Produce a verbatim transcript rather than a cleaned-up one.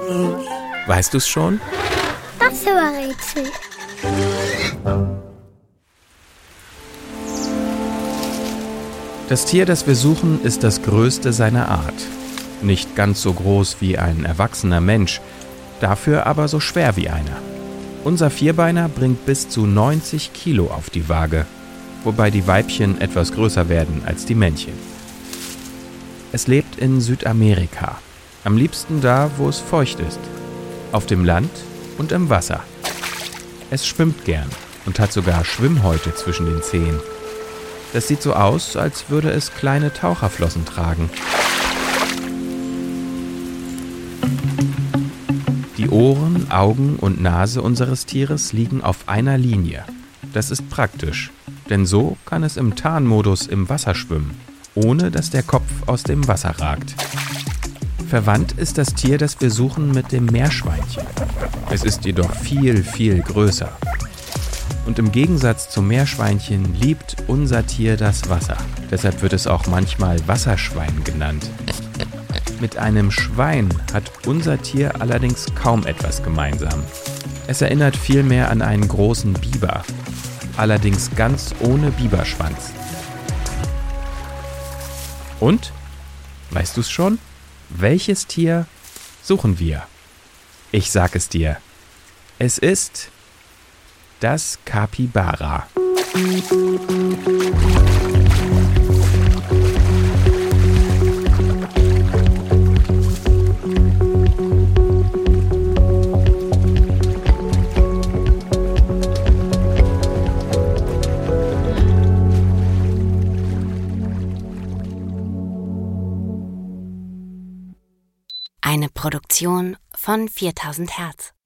Weißt du's schon? Das war Rätsel. Das Tier, das wir suchen, ist das größte seiner Art. Nicht ganz so groß wie ein erwachsener Mensch, dafür aber so schwer wie einer. Unser Vierbeiner bringt bis zu neunzig Kilo auf die Waage, wobei die Weibchen etwas größer werden als die Männchen. Es lebt in Südamerika, am liebsten da, wo es feucht ist, auf dem Land und im Wasser. Es schwimmt gern und hat sogar Schwimmhäute zwischen den Zehen. Das sieht so aus, als würde es kleine Taucherflossen tragen. Die Ohren, Augen und Nase unseres Tieres liegen auf einer Linie. Das ist praktisch, denn so kann es im Tarnmodus im Wasser schwimmen, ohne dass der Kopf aus dem Wasser ragt. Verwandt ist das Tier, das wir suchen, mit dem Meerschweinchen. Es ist jedoch viel, viel größer. Und im Gegensatz zum Meerschweinchen liebt unser Tier das Wasser. Deshalb wird es auch manchmal Wasserschwein genannt. Mit einem Schwein hat unser Tier allerdings kaum etwas gemeinsam. Es erinnert vielmehr an einen großen Biber, allerdings ganz ohne Biberschwanz. Und? Weißt du's schon? Welches Tier suchen wir? Ich sag es dir. Es ist das Capybara. Eine Produktion von viertausend Hertz.